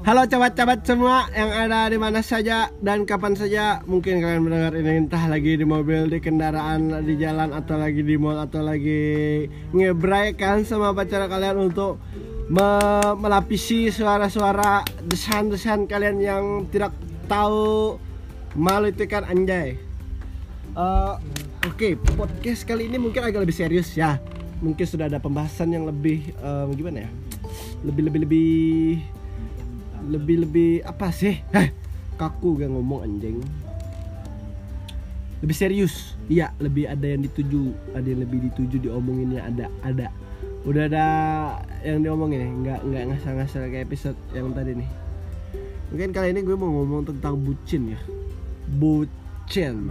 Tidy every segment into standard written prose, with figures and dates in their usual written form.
Halo cabat-cabat semua yang ada di mana saja dan kapan saja mungkin kalian mendengar ini, entah lagi di mobil, di kendaraan, di jalan, atau lagi di mall, atau lagi ngebrai kan sama pacar kalian untuk melapisi suara-suara desahan-desahan kalian yang tidak tahu malu itu kan anjay. Oke, podcast kali ini mungkin agak lebih serius ya. Mungkin sudah ada pembahasan yang lebih gimana ya? Lebih apa sih? Kaku gak ngomong anjing. Lebih serius. Iya, lebih ada yang dituju, ada yang lebih dituju diomonginnya, ada. Udah ada yang diomongin ya, nggak ngasal-ngasal kayak episode yang tadi nih. Mungkin kali ini gue mau ngomong tentang bucin ya. Bucin.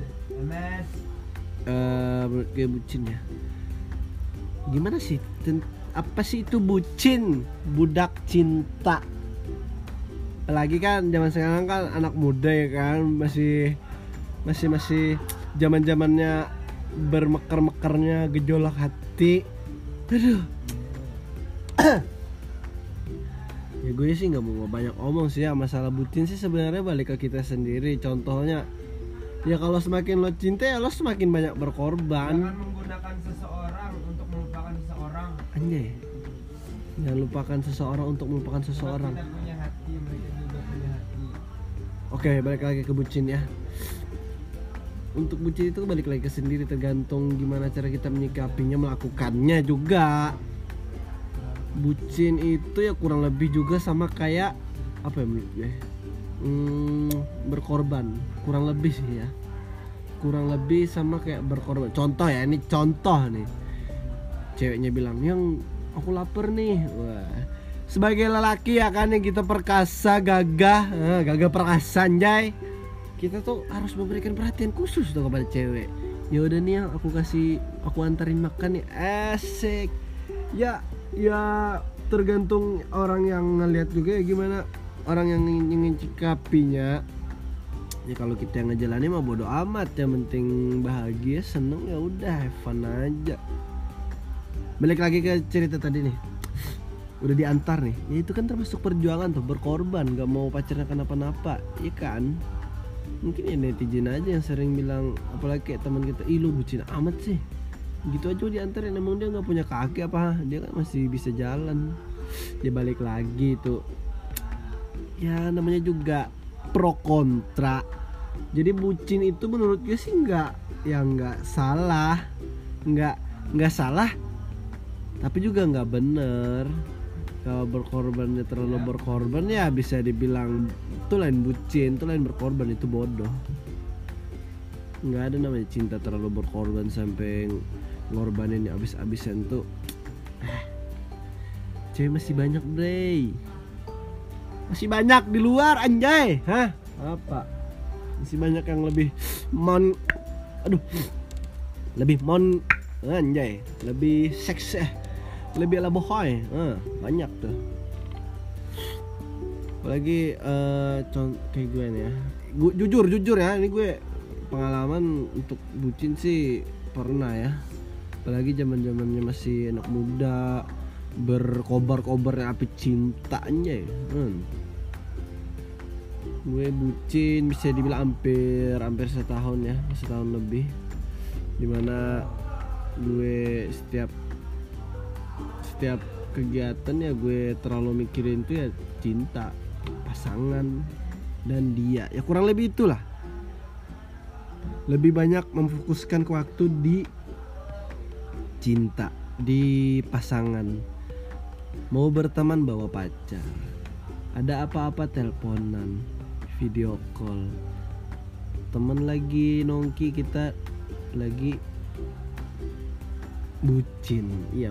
Menurut gue bucin ya. Gimana sih? Apa sih itu bucin? Budak cinta. Apalagi kan zaman sekarang kan anak muda ya kan, masih zaman-zamannya bermekar-mekarnya gejolak hati. Aduh. Ya gue sih nggak mau banyak omong sih ya, masalah bucin sih sebenarnya balik ke kita sendiri. Contohnya ya kalau semakin lo cinta ya lo semakin banyak berkorban. Jangan menggunakan seseorang untuk melupakan seseorang. Anjay. Jangan lupakan seseorang untuk melupakan seseorang. Kita punya hati, mereka juga punya hati. Oke, balik lagi ke bucin ya. Untuk bucin itu balik lagi ke sendiri, tergantung gimana cara kita menyikapinya, melakukannya juga. Bucin itu ya kurang lebih juga sama kayak apa ya menurut gue? Berkorban. Kurang lebih sih ya. Kurang lebih sama kayak berkorban. Contoh ya, ini contoh nih. Ceweknya bilang, "Yang aku lapar nih." Wah. Sebagai lelaki ya kan yang kita perkasa, gagah perkasa anjay. Kita tuh harus memberikan perhatian khusus tuh kepada cewek. Ya udah nih yang aku antarin makan nih. Asik. Ya tergantung orang yang ngeliat juga ya gimana orang yang ingin cikapinya. Ya kalau kita yang ngejalanin mah bodo amat, yang penting bahagia, seneng, ya udah have fun aja. Balik lagi ke cerita tadi nih. Udah diantar nih, ya itu kan termasuk perjuangan tuh, berkorban, gak mau pacarnya kenapa-napa, iya kan? Mungkin ya netizen aja yang sering bilang, apalagi kayak teman kita, ih lu bucin amat sih, gitu aja diantarin, emang dia gak punya kaki apa? Dia kan masih bisa jalan. Dia balik lagi tuh, ya namanya juga pro kontra. Jadi bucin itu menurut gue sih nggak salah, nggak salah, tapi juga nggak bener. Kalau berkorbannya terlalu berkorban ya bisa dibilang itu lain bucin, itu lain berkorban, itu bodoh. Nggak ada namanya cinta terlalu berkorban sampai ngorbanin ya abis-abisan tuh. Cewek masih banyak bre, masih banyak di luar anjay. Apa? Masih banyak yang lebih anjay, lebih seks lebih ala bohoy, banyak tuh. Apalagi kayak gue nih ya, gue jujur ya, ini gue pengalaman untuk bucin sih pernah ya. Apalagi zaman-zamannya masih anak muda, berkobar-kobarnya api cintanya ya. Gue bucin bisa dibilang hampir setahun lebih, dimana gue setiap kegiatan ya gue terlalu mikirin tuh ya cinta, pasangan, dan dia, ya kurang lebih itulah. Lebih banyak memfokuskan ke waktu di cinta, di pasangan. Mau berteman bawa pacar, ada apa-apa teleponan, video call, temen lagi nongki, kita lagi bucin. Iya.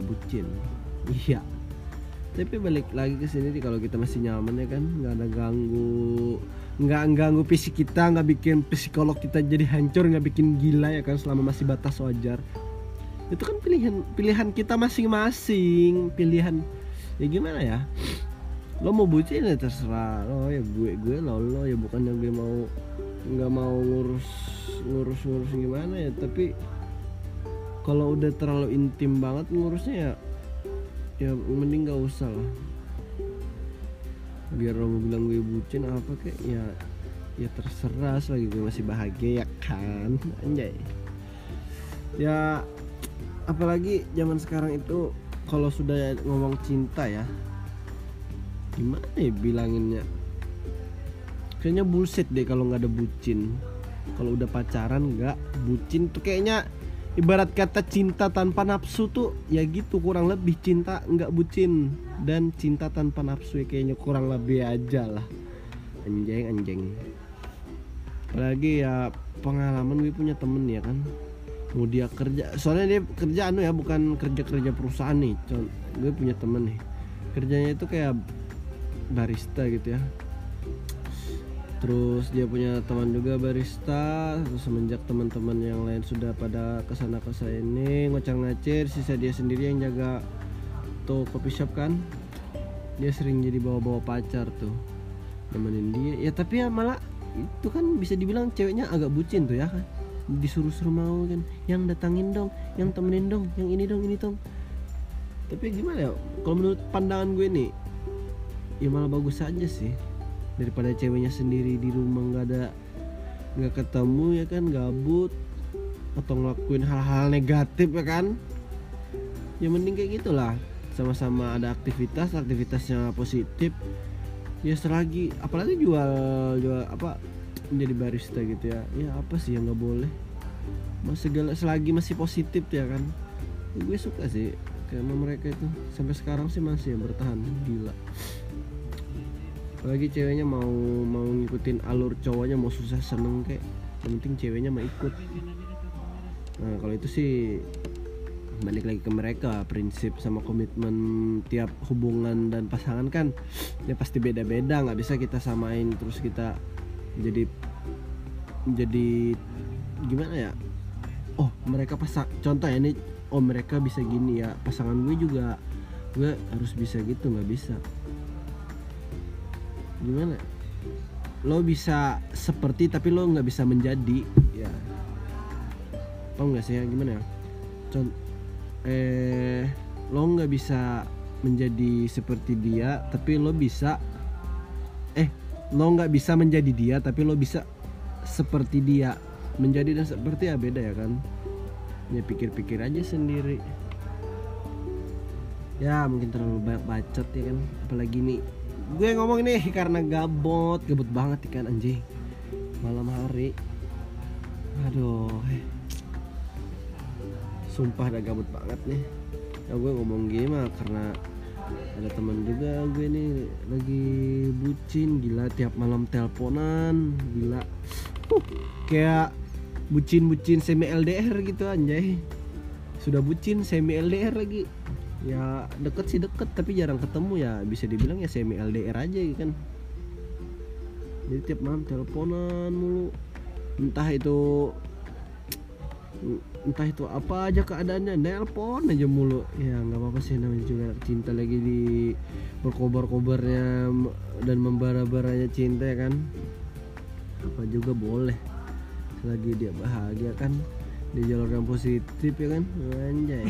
Tapi balik lagi ke sini kalau kita masih nyaman ya kan, nggak ada nggak ganggu fisik kita, nggak bikin psikolog kita jadi hancur, nggak bikin gila ya kan, selama masih batas wajar. Itu kan pilihan kita masing-masing, pilihan ya gimana ya. Lo mau bucin ya terserah lo, ya gue lo ya, bukannya gue nggak mau ngurus gimana ya. Tapi kalau udah terlalu intim banget ngurusnya ya mending nggak usah lah. biar lo mau bilang gue bucin apa kek ya, ya terserah selagi gue masih bahagia ya kan, anjay. Ya apalagi zaman sekarang itu kalau sudah ngomong cinta ya, gimana ya bilanginnya, kayaknya bullshit deh kalau nggak ada bucin. Kalau udah pacaran nggak bucin tuh kayaknya ibarat kata cinta tanpa nafsu tuh ya gitu, kurang lebih cinta nggak bucin dan cinta tanpa nafsu ya kayaknya kurang lebih aja lah, anjing. Apalagi ya pengalaman gue punya temen ya kan, mau dia kerja, soalnya dia kerja ya bukan kerja perusahaan nih. Gue punya temen nih kerjanya itu kayak barista gitu ya. Terus dia punya teman juga barista. Terus semenjak teman-teman yang lain sudah pada kesana ini ngocar-ngacir, sisa dia sendiri yang jaga tuh coffee shop kan. Dia sering jadi bawa-bawa pacar tuh nemenin dia. Ya tapi ya malah itu kan bisa dibilang ceweknya agak bucin tuh ya kan. Disuruh-suruh mau kan, yang datangin dong, yang temenin dong, yang ini dong, ini dong. Tapi gimana ya, kalau menurut pandangan gue nih ya malah bagus aja sih, daripada ceweknya sendiri di rumah nggak ketemu ya kan, gabut atau ngelakuin hal-hal negatif ya kan. Ya mending kayak gitulah, sama-sama ada aktivitasnya positif ya. Selagi apalagi jual apa, menjadi barista gitu ya, ya apa sih yang nggak boleh, segala selagi masih positif ya kan. Ya, gue suka sih karena mereka itu sampai sekarang sih masih yang bertahan, gila. Apalagi ceweknya mau ngikutin alur cowoknya, mau susah seneng kayak, yang penting ceweknya mau ikut. Nah kalau itu sih balik lagi ke mereka, prinsip sama komitmen tiap hubungan dan pasangan kan ya pasti beda-beda, nggak bisa kita samain terus kita jadi gimana ya, oh mereka contoh ya ini, oh mereka bisa gini ya, pasangan gue juga gue harus bisa gitu, nggak bisa. Gimana, lo bisa seperti tapi lo nggak bisa menjadi ya, tau nggak sih ya gimana ya, lo nggak bisa menjadi seperti dia tapi lo bisa lo nggak bisa menjadi dia tapi lo bisa seperti dia. Menjadi dan seperti ya beda ya kan, ya pikir-pikir aja sendiri. Ya mungkin terlalu banyak bacot ya kan, apalagi nih gue ngomong nih karena gabut banget ikan anjing malam hari. Aduh, sumpah udah gabut banget nih. Ya gue ngomong gini mah karena ada teman juga gue nih lagi bucin, gila tiap malam teleponan, gila. Kayak bucin semi LDR gitu anjay. Sudah bucin semi LDR lagi. Ya deket sih deket tapi jarang ketemu ya, bisa dibilang ya semi LDR aja gitu kan. Jadi tiap malam teleponan mulu, entah itu apa aja keadaannya, nelpon aja mulu. Ya nggak apa-apa sih, namanya juga cinta lagi di berkobar-kobarnya dan membara-baranya cinta ya kan, apa juga boleh selagi dia bahagia kan, di jalur yang positif ya kan, anjay.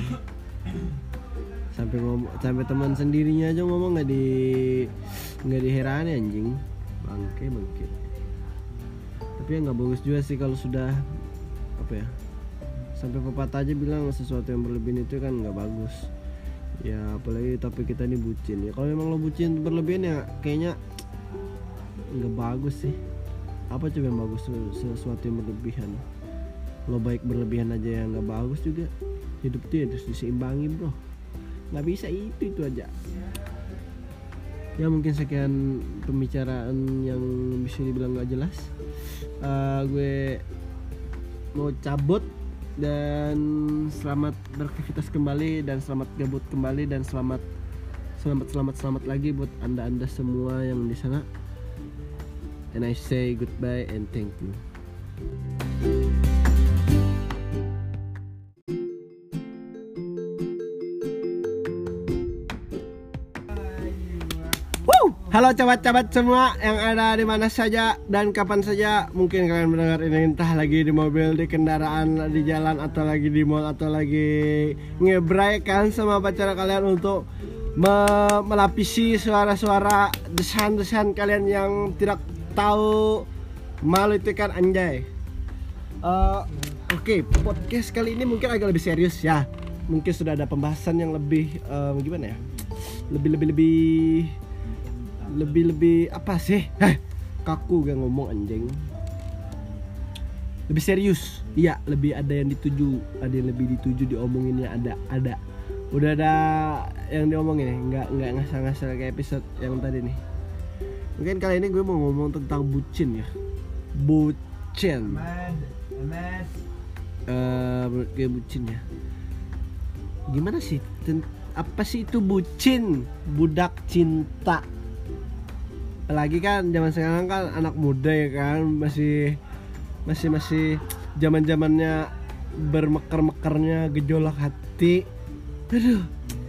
Sampai teman sendirinya aja ngomong nggak diherani anjing, bangke. Tapi ya nggak bagus juga sih kalau sudah apa ya, sampai pepatah aja bilang sesuatu yang berlebihan itu kan nggak bagus ya. Apalagi tapi kita ini bucin ya, kalau memang lo bucin berlebihan ya kayaknya nggak bagus sih. Apa coba yang bagus, sesuatu yang berlebihan? Lo baik berlebihan aja yang nggak bagus juga. Hidup tuh ya harus diseimbangi bro, nggak bisa itu aja. Ya mungkin sekian pembicaraan yang bisa dibilang nggak jelas. Gue mau cabut, dan selamat beraktivitas kembali, dan selamat gabut kembali, dan selamat lagi buat anda semua yang di sana. And I say goodbye and thank you. Halo cabat-cabat semua yang ada di mana saja dan kapan saja mungkin kalian mendengar ini, entah lagi di mobil, di kendaraan, di jalan, atau lagi di mall, atau lagi ngebreak kan sama pacar kalian untuk melapisi suara-suara desahan-desahan kalian yang tidak tahu malu itu kan anjay. Oke, podcast kali ini mungkin agak lebih serius ya. Mungkin sudah ada pembahasan yang lebih gimana ya? Lebih apa sih? Kaku gak ngomong anjing. Lebih serius. Iya, lebih ada yang dituju, ada yang lebih dituju diomonginnya ada. Udah ada yang diomongin nih, nggak ngasal-ngasal kayak episode yang tadi nih. Mungkin kali ini gue mau ngomong tentang bucin ya. Bucin. Menurut gue bucin ya. Gimana sih? Apa sih itu bucin? Budak cinta. Apalagi kan zaman sekarang kan anak muda ya kan, masih zaman-zamannya bermekar-mekarnya gejolak hati. Aduh.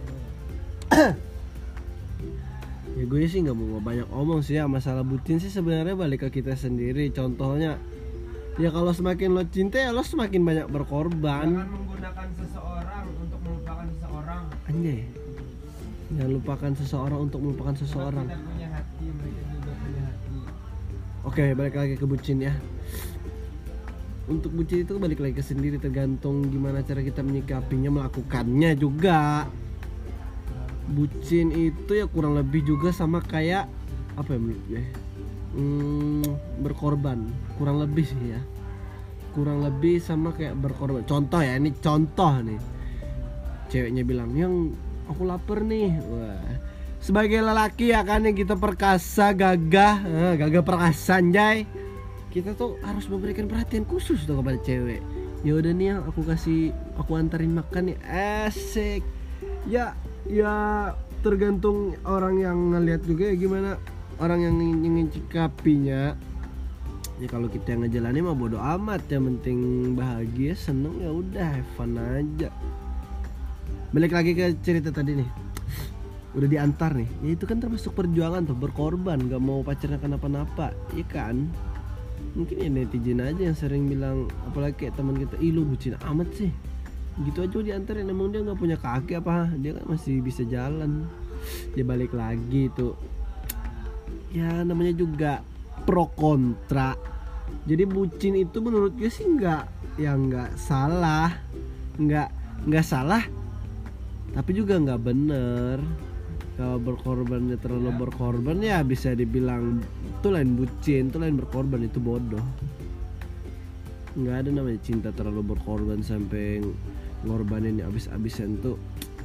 Ya gue sih nggak mau banyak omong sih ya, masalah bucin sih sebenarnya balik ke kita sendiri. Contohnya ya kalau semakin lo cinta ya lo semakin banyak berkorban. Jangan menggunakan seseorang untuk melupakan seseorang. Anjay. Jangan lupakan seseorang untuk melupakan seseorang. Kita punya hati, mereka juga punya hati. Oke, balik lagi ke bucin ya. Untuk bucin itu balik lagi ke sendiri, tergantung gimana cara kita menyikapinya, melakukannya juga. Bucin itu ya kurang lebih juga sama kayak apa ya menurut gue? Berkorban, kurang lebih sih ya. Kurang lebih sama kayak berkorban. Contoh ya, ini contoh nih. Ceweknya bilang, "Yang aku lapar nih." Wah. Sebagai lelaki ya kan yang kita perkasa, gagah perkasa anjay. Kita tuh harus memberikan perhatian khusus tuh kepada cewek. Ya udah nih, aku antarin makan nih. Asik. Ya tergantung orang yang ngeliat juga ya gimana orang yang ingin cikapinya. Ya kalau kita yang ngejalani mah bodo amat, yang penting bahagia, seneng ya udah, have fun aja. Balik lagi ke cerita tadi nih. Udah diantar nih. Ya itu kan termasuk perjuangan tuh, berkorban, gak mau pacarnya kenapa-napa. Iya kan? Mungkin ya netizen aja yang sering bilang, apalagi kayak teman kita, "Ih lu bucin amat sih." Gitu aja diantarin, emang dia nggak punya kaki apa? Dia kan masih bisa jalan. Dia balik lagi tuh. Ya namanya juga pro kontra. Jadi bucin itu menurut gue sih nggak salah, nggak salah, tapi juga nggak bener. Kalau berkorbannya terlalu berkorban ya bisa dibilang itu lain bucin, itu lain berkorban, itu bodoh. Nggak ada namanya cinta terlalu berkorban sampai ngorbanin ya abis-abisan tuh.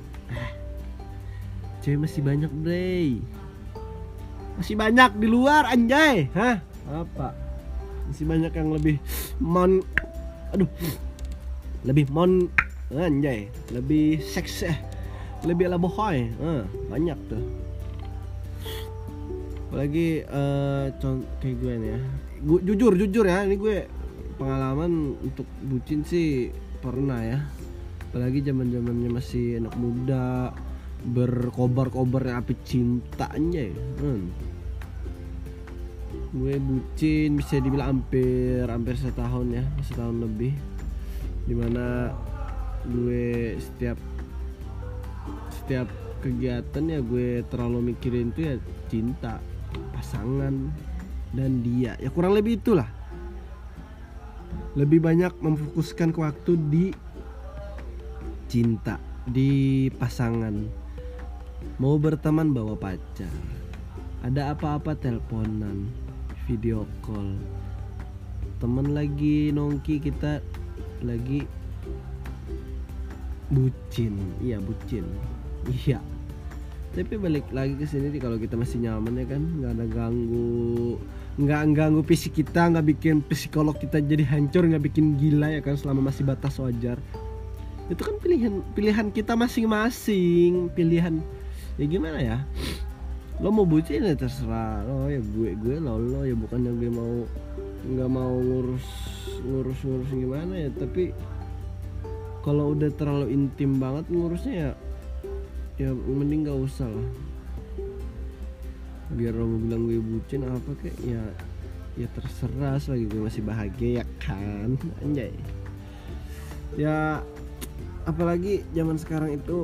Cewek masih banyak bre, masih banyak di luar anjay. Apa? Masih banyak yang lebih anjay, lebih seks lebih ala bohoy, banyak tuh. Apalagi kayak gue nih ya, gue jujur ya, ini gue pengalaman untuk bucin sih pernah ya. Apalagi zaman-zamannya masih anak muda, berkobar-kobarnya api cinta anjay. Gue bucin bisa dibilang hampir setahun ya, setahun lebih. Dimana gue setiap kegiatan ya gue terlalu mikirin tuh ya cinta, pasangan, dan dia. Ya kurang lebih itulah. Lebih banyak memfokuskan ke waktu di cinta, di pasangan. Mau berteman bawa pacar, ada apa-apa teleponan, video call. Temen lagi nongki, kita lagi bucin. Iya bucin. Iya. Tapi balik lagi ke sini kalau kita masih nyaman ya kan, nggak ada ganggu fisik kita, nggak bikin psikolog kita jadi hancur, nggak bikin gila ya kan, selama masih batas wajar. Itu kan pilihan kita masing-masing, pilihan ya gimana ya. Lo mau bucin ya terserah lo, ya gue lo ya, bukannya gue nggak mau ngurus gimana ya. Tapi kalau udah terlalu intim banget ngurusnya ya mending gak usah lah. Biar lo bilang gue bucin apa kek ya terserah, selagi gue masih bahagia ya kan anjay. Ya apalagi zaman sekarang itu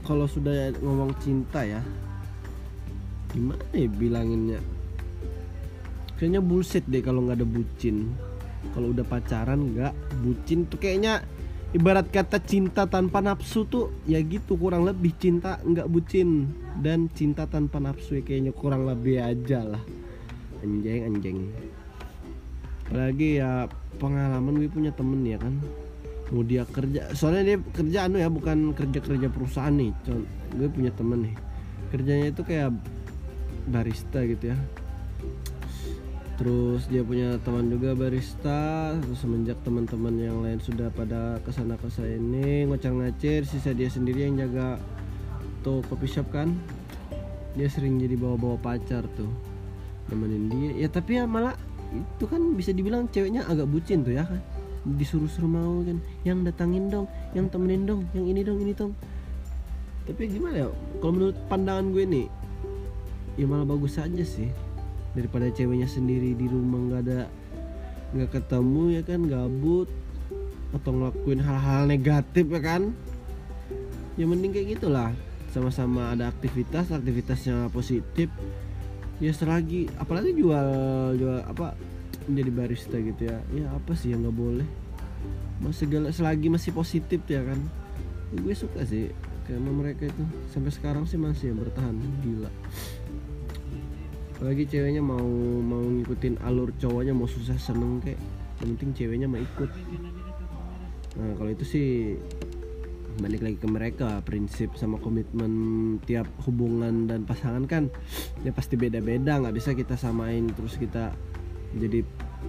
kalau sudah ngomong cinta ya, gimana ya bilanginnya, kayaknya bullshit deh kalau nggak ada bucin. Kalau udah pacaran nggak bucin tuh kayaknya ibarat kata cinta tanpa nafsu tuh ya gitu, kurang lebih cinta nggak bucin dan cinta tanpa nafsu ya kayaknya kurang lebih aja lah. Anjing. Apalagi ya pengalaman, gue punya temen ya kan, mau dia kerja, soalnya dia kerja ya bukan kerja perusahaan nih. Gue punya temen nih, kerjanya itu kayak barista gitu ya. Terus dia punya teman juga barista. Terus semenjak teman-teman yang lain sudah pada kesana ini ngocar-ngacir, sisa dia sendiri yang jaga tuh coffee shop kan. Dia sering jadi bawa-bawa pacar tuh, nemenin dia. Ya tapi ya malah itu kan bisa dibilang ceweknya agak bucin tuh ya kan. Disuruh-suruh mau kan, yang datangin dong, yang temenin dong, yang ini dong, ini dong. Tapi gimana ya, kalau menurut pandangan gue nih, ya malah bagus aja sih, daripada ceweknya sendiri di rumah nggak ketemu ya kan, gabut atau ngelakuin hal-hal negatif ya kan. Ya mending kayak gitulah, sama-sama ada aktivitasnya positif ya. Selagi apalagi jual apa, menjadi barista gitu ya, ya apa sih yang nggak boleh, segala selagi masih positif ya kan. Ya, gue suka sih karena mereka itu sampai sekarang sih masih yang bertahan, gila. Apalagi ceweknya mau ngikutin alur cowoknya, mau susah seneng kayak, yang penting ceweknya mau ikut. Nah kalau itu sih balik lagi ke mereka, prinsip sama komitmen tiap hubungan dan pasangan kan ya pasti beda-beda, nggak bisa kita samain terus kita jadi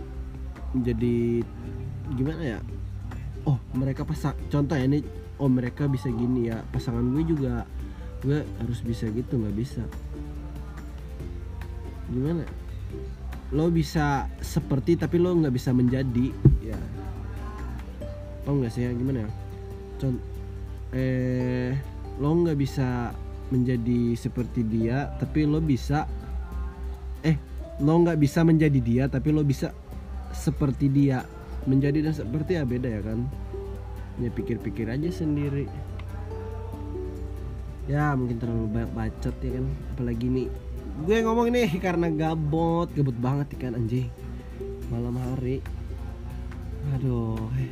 gimana ya, oh mereka contoh ya ini, oh mereka bisa gini ya, pasangan gue juga gue harus bisa gitu, nggak bisa. Gimana, lo bisa seperti tapi lo nggak bisa menjadi ya, tau nggak sih ya gimana ya, lo nggak bisa menjadi seperti dia tapi lo bisa lo nggak bisa menjadi dia tapi lo bisa seperti dia. Menjadi dan seperti ya beda ya kan, ya pikir-pikir aja sendiri. Ya mungkin terlalu banyak bacot ya kan, apalagi nih gue ngomong nih karena gabut banget ikan anjing malam hari. Aduh,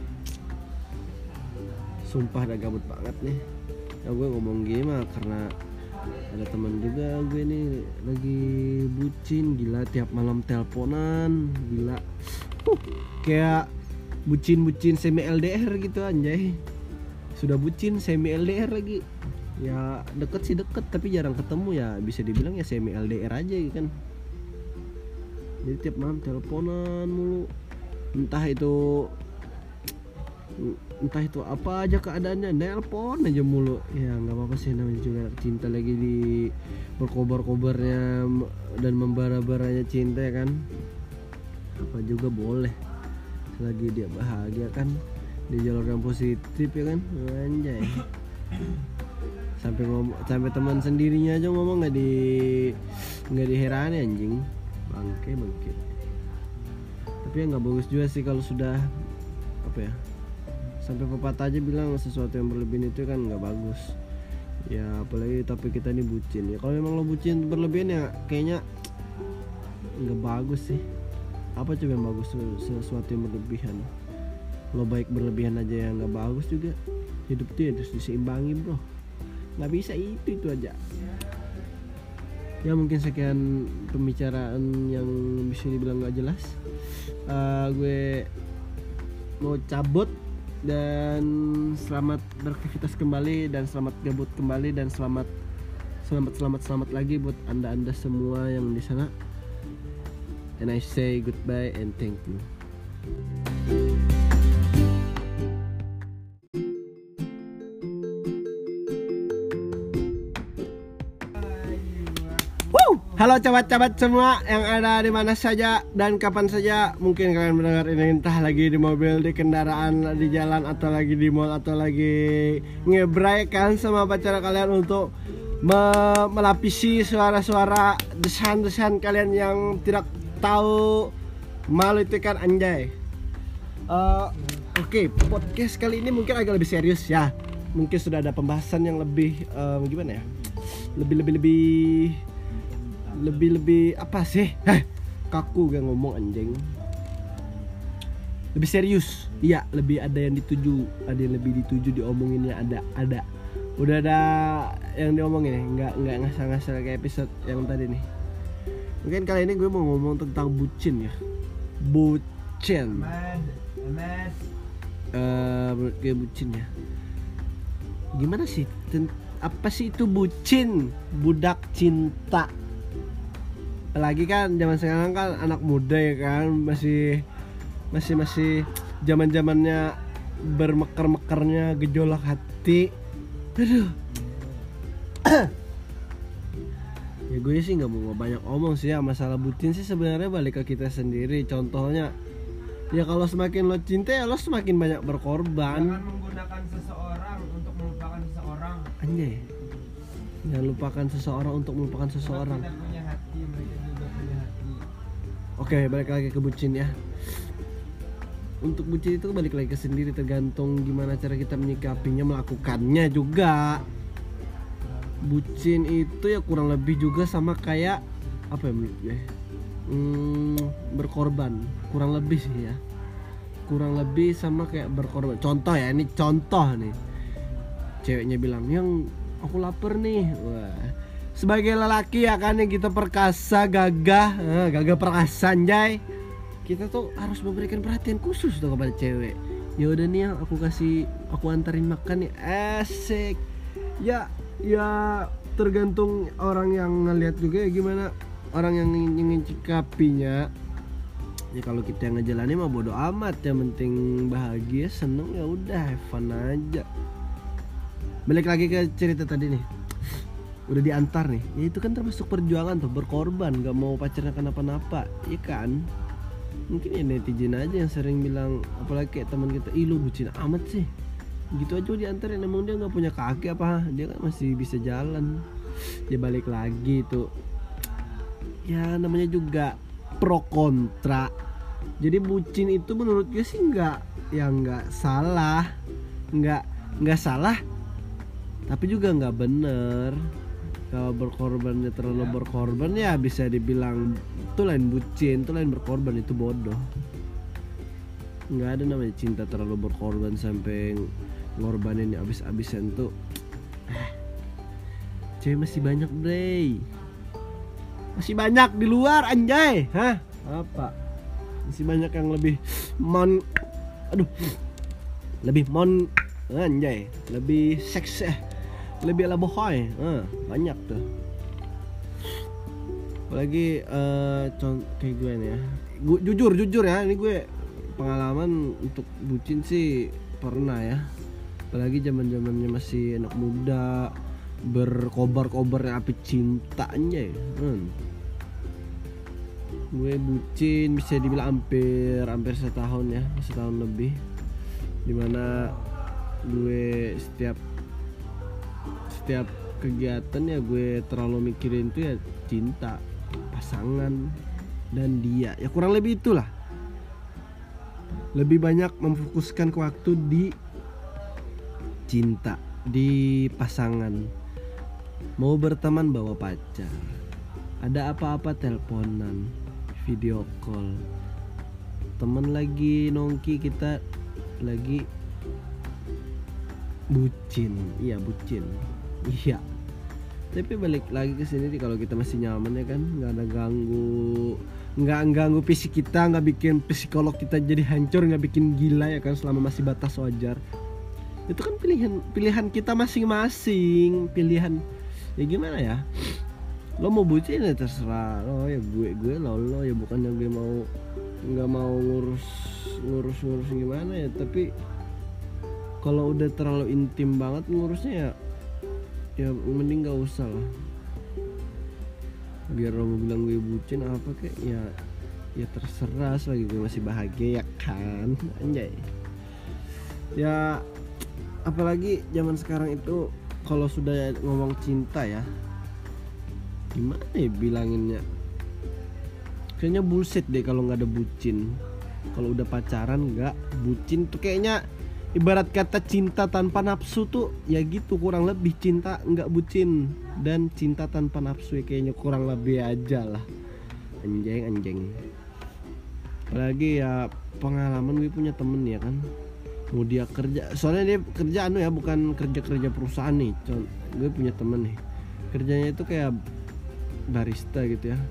sumpah udah gabut banget nih. Ya gue ngomong gini mah karena ada teman juga gue nih lagi bucin, gila tiap malam teleponan, gila. Kayak bucin semi LDR gitu anjay. Sudah bucin semi LDR lagi. Ya deket sih deket tapi jarang ketemu ya, bisa dibilang ya semi LDR aja gitu kan. Jadi tiap malam teleponan mulu, entah itu apa aja keadaannya, nelpon aja mulu. Ya nggak apa-apa sih, namanya juga cinta, lagi di berkobar-kobarnya dan membara-baranya cinta ya kan, apa juga boleh selagi dia bahagia kan, di jalur yang positif ya kan, anjay. Sampai teman sendirinya aja ngomong nggak diherani anjing, bangke. Tapi ya nggak bagus juga sih kalau sudah apa ya, sampai pepatah aja bilang sesuatu yang berlebihan itu kan nggak bagus ya, apalagi tapi kita ini bucin ya. Kalau memang lo bucin berlebihan ya kayaknya nggak bagus sih. Apa coba yang bagus, sesuatu yang berlebihan? Lo baik berlebihan aja yang nggak bagus juga. Hidup tuh harus diseimbangi bro, nggak bisa itu aja. Ya mungkin sekian pembicaraan yang bisa dibilang nggak jelas. Gue mau cabut, dan selamat beraktivitas kembali, dan selamat gabut kembali, dan selamat lagi buat anda semua yang di sana. And I say goodbye and thank you. Halo cabat-cabat semua yang ada di mana saja dan kapan saja mungkin kalian mendengar ini, entah lagi di mobil, di kendaraan, di jalan, atau lagi di mall, atau lagi ngebray kan sama pacar kalian untuk melapisi suara-suara desahan kalian yang tidak tahu malu itu kan anjay. Oke, podcast kali ini mungkin agak lebih serius ya. mungkin sudah ada pembahasan yang lebih gimana ya, lebih apa sih, kaku gak ngomong anjing, lebih serius. Iya, lebih ada yang lebih dituju diomonginnya, ada udah ada yang diomongin, nggak ngasal-ngasal kayak episode yang tadi nih. Mungkin kali ini gue mau ngomong tentang bucin ya. Bucin. Ahmad. Menurut gue bucin ya. Gimana sih? Apa sih itu bucin? Budak cinta. Apalagi kan zaman sekarang kan anak muda ya kan, masih zaman-zamannya bermeker-mekernya gejolak hati. Aduh. Ya gue sih nggak mau banyak omong sih ya masalah bucin sih, sebenarnya balik ke kita sendiri. Contohnya ya kalau semakin lo cinta ya lo semakin banyak berkorban. Jangan menggunakan seseorang untuk melupakan seseorang. Anjay. Jangan lupakan seseorang untuk melupakan seseorang. Mereka tidak punya hati, mereka juga punya hati. Oke, balik lagi ke bucin ya. Untuk bucin itu balik lagi ke sendiri, tergantung gimana cara kita menyikapinya, melakukannya juga. Bucin itu ya kurang lebih juga sama kayak apa ya menurut gue, berkorban. Kurang lebih sih ya, kurang lebih sama kayak berkorban. Contoh ya, ini contoh nih, ceweknya bilang, yang aku lapar nih. Wah, sebagai lelaki ya kan, yang kita perkasa, gagah perkasa anjay, kita tuh harus memberikan perhatian khusus tuh kepada cewek. Ya udah nih, aku antarin makan nih, asik. Ya tergantung orang yang ngeliat juga ya, gimana orang yang ingin cikapinya. Ya kalau kita yang ngejalanin mah bodo amat, yang penting bahagia, seneng, ya udah have fun aja. Balik lagi ke cerita tadi nih, udah diantar nih, ya itu kan termasuk perjuangan tuh, berkorban, gak mau pacarnya kenapa-napa, iya kan? Mungkin ya netizen aja yang sering bilang, apalagi kayak teman kita, ih lu bucin amat sih, gitu aja diantarin, emang dia nggak punya kaki apa? Dia kan masih bisa jalan. Ya balik lagi tuh, ya namanya juga pro kontra. Jadi bucin itu menurut gue sih nggak salah, nggak salah, tapi juga nggak bener. Kalau berkorbannya terlalu berkorban ya bisa dibilang itu lain bucin, itu lain berkorban, itu bodoh. Nggak ada namanya cinta terlalu berkorban sampai ngorbanin ya abis-abisan tuh. Cewek masih banyak bre, masih banyak di luar anjay. Apa? Masih banyak yang lebih anjay, lebih seks, lebih ala bohoy, banyak tuh. Apalagi kayak gue nih ya, gue jujur ya, ini gue pengalaman untuk bucin sih pernah ya. Apalagi zaman-zamannya masih anak muda, berkobar-kobarnya api cintanya ya. Gue bucin bisa dibilang hampir setahun ya, setahun lebih, dimana gue setiap kegiatan ya gue terlalu mikirin tuh ya cinta, pasangan, dan dia. Ya kurang lebih itulah, lebih banyak memfokuskan ke waktu di cinta, di pasangan. Mau berteman bawa pacar, ada apa-apa teleponan, video call, temen lagi nongki, kita lagi bucin. Iya bucin, iya. Tapi balik lagi ke sini kalau kita masih nyaman ya kan, nggak ada ganggu fisik kita, nggak bikin psikolog kita jadi hancur, nggak bikin gila ya kan, selama masih batas wajar. Itu kan pilihan kita masing-masing, pilihan. Ya gimana ya, lo mau bucin ya terserah lo, ya gue lo ya, bukannya gue nggak mau ngurus gimana ya. Tapi kalau udah terlalu intim banget ngurusnya ya mending nggak usah lah. Biar lo mau bilang gue bucin apa kek, ya terserah, selagi gue masih bahagia ya kan, anjay. Ya apalagi zaman sekarang itu kalau sudah ngomong cinta ya, gimana ya bilanginnya, kayaknya bullshit deh kalau nggak ada bucin. Kalau udah pacaran nggak bucin tuh kayaknya ibarat kata cinta tanpa nafsu tuh ya gitu, kurang lebih cinta nggak bucin dan cinta tanpa nafsu ya kayaknya kurang lebih aja lah. Anjing. Apalagi ya pengalaman, gue punya temen ya kan, mau dia kerja, soalnya dia kerja ya bukan kerja perusahaan nih. Gue punya temen nih, kerjanya itu kayak barista gitu ya.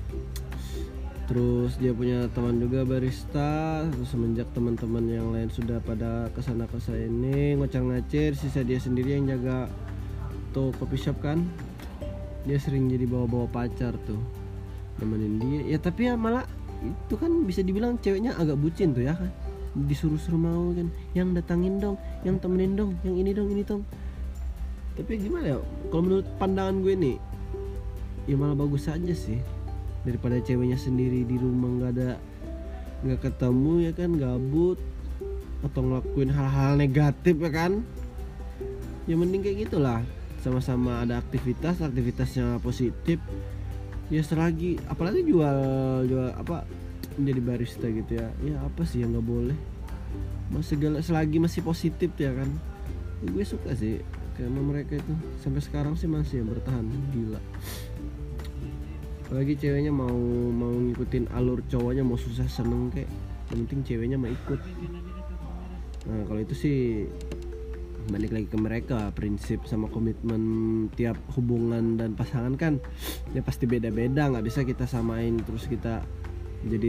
Terus dia punya teman juga barista. Terus semenjak teman-teman yang lain sudah pada kesana ini ngocar-ngacir, sisa dia sendiri yang jaga tuh coffee shop kan. Dia sering jadi bawa-bawa pacar tuh, nemenin dia. Ya tapi ya malah itu kan bisa dibilang ceweknya agak bucin tuh ya kan. Disuruh-suruh mau kan, yang datangin dong, yang temenin dong, yang ini dong, ini dong. Tapi gimana ya, kalau menurut pandangan gue nih, ya malah bagus aja sih, daripada ceweknya sendiri di rumah nggak ketemu ya kan, gabut atau ngelakuin hal-hal negatif ya kan. Ya mending kayak gitulah, sama-sama ada aktivitasnya positif ya. Selagi apalagi jual apa, menjadi barista gitu ya, ya apa sih yang nggak boleh, segala selagi masih positif ya kan. Ya, gue suka sih karena mereka itu sampai sekarang sih masih bertahan, gila. Apalagi ceweknya mau ngikutin alur cowoknya, mau susah seneng kayak, yang penting ceweknya mau ikut. Nah kalau itu sih balik lagi ke mereka, prinsip sama komitmen tiap hubungan dan pasangan kan ya pasti beda-beda, nggak bisa kita samain terus kita jadi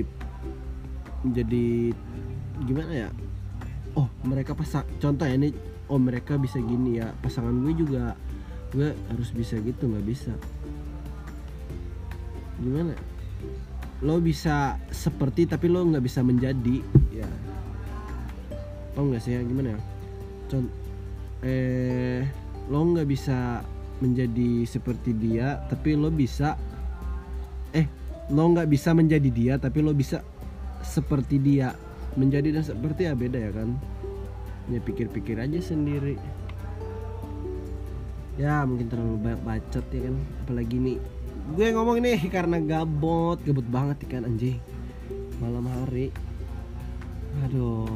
gimana ya, oh mereka contoh ya ini, oh mereka bisa gini ya, pasangan gue juga gue harus bisa gitu, nggak bisa. Gimana, lo bisa seperti tapi lo nggak bisa menjadi ya, tau nggak sih ya gimana ya, lo nggak bisa menjadi seperti dia tapi lo bisa lo nggak bisa menjadi dia tapi lo bisa seperti dia. Menjadi dan seperti ya beda ya kan, ya pikir-pikir aja sendiri. Ya mungkin terlalu banyak bacot ya kan, apalagi nih gue ngomong nih karena gabut banget ikan anjing malam hari. Aduh,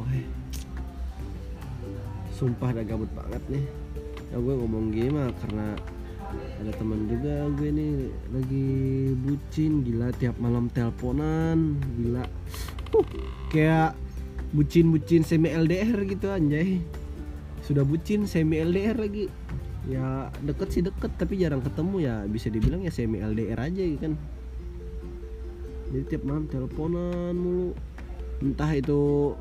sumpah udah gabut banget nih. Ya gue ngomong gini mah karena ada teman juga gue nih lagi bucin, gila, tiap malam teleponan, gila. Kayak bucin semi LDR gitu anjay. Sudah bucin semi LDR lagi. Ya deket sih deket tapi jarang ketemu ya, bisa dibilang ya semi LDR aja gitu kan. Jadi tiap malam teleponan mulu, entah itu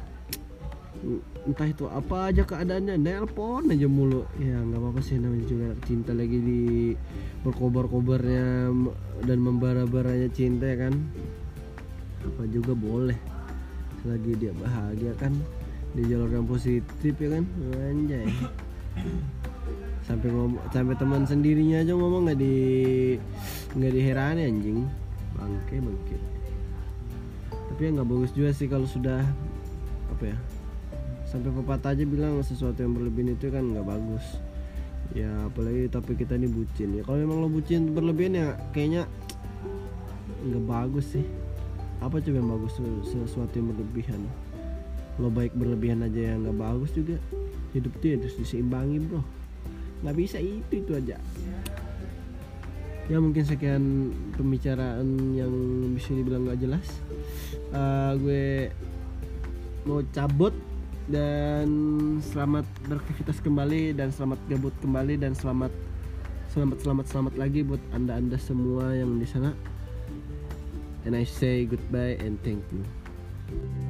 apa aja keadaannya, nelpon aja mulu. Ya nggak apa-apa sih, namanya juga cinta, lagi di berkobar-kobarnya dan membara-baranya cinta ya kan, apa juga boleh selagi dia bahagia kan, di jalur yang positif ya kan, anjay. Sampai teman sendirinya aja ngomong nggak diherani anjing, bangke. Tapi ya nggak bagus juga sih kalau sudah apa ya, sampai pepatah aja bilang sesuatu yang berlebihan itu kan nggak bagus ya. Apalagi tapi kita ini bucin ya, kalau memang lo bucin berlebihan ya kayaknya nggak bagus sih. Apa coba yang bagus, sesuatu yang berlebihan? Lo baik berlebihan aja yang nggak bagus juga. Hidup tuh harus diseimbangi bro, nggak bisa itu aja. Ya mungkin sekian pembicaraan yang bisa dibilang nggak jelas. Gue mau cabut, dan selamat beraktivitas kembali, dan selamat gabut kembali, dan selamat lagi buat anda semua yang di sana. And I say goodbye and thank you.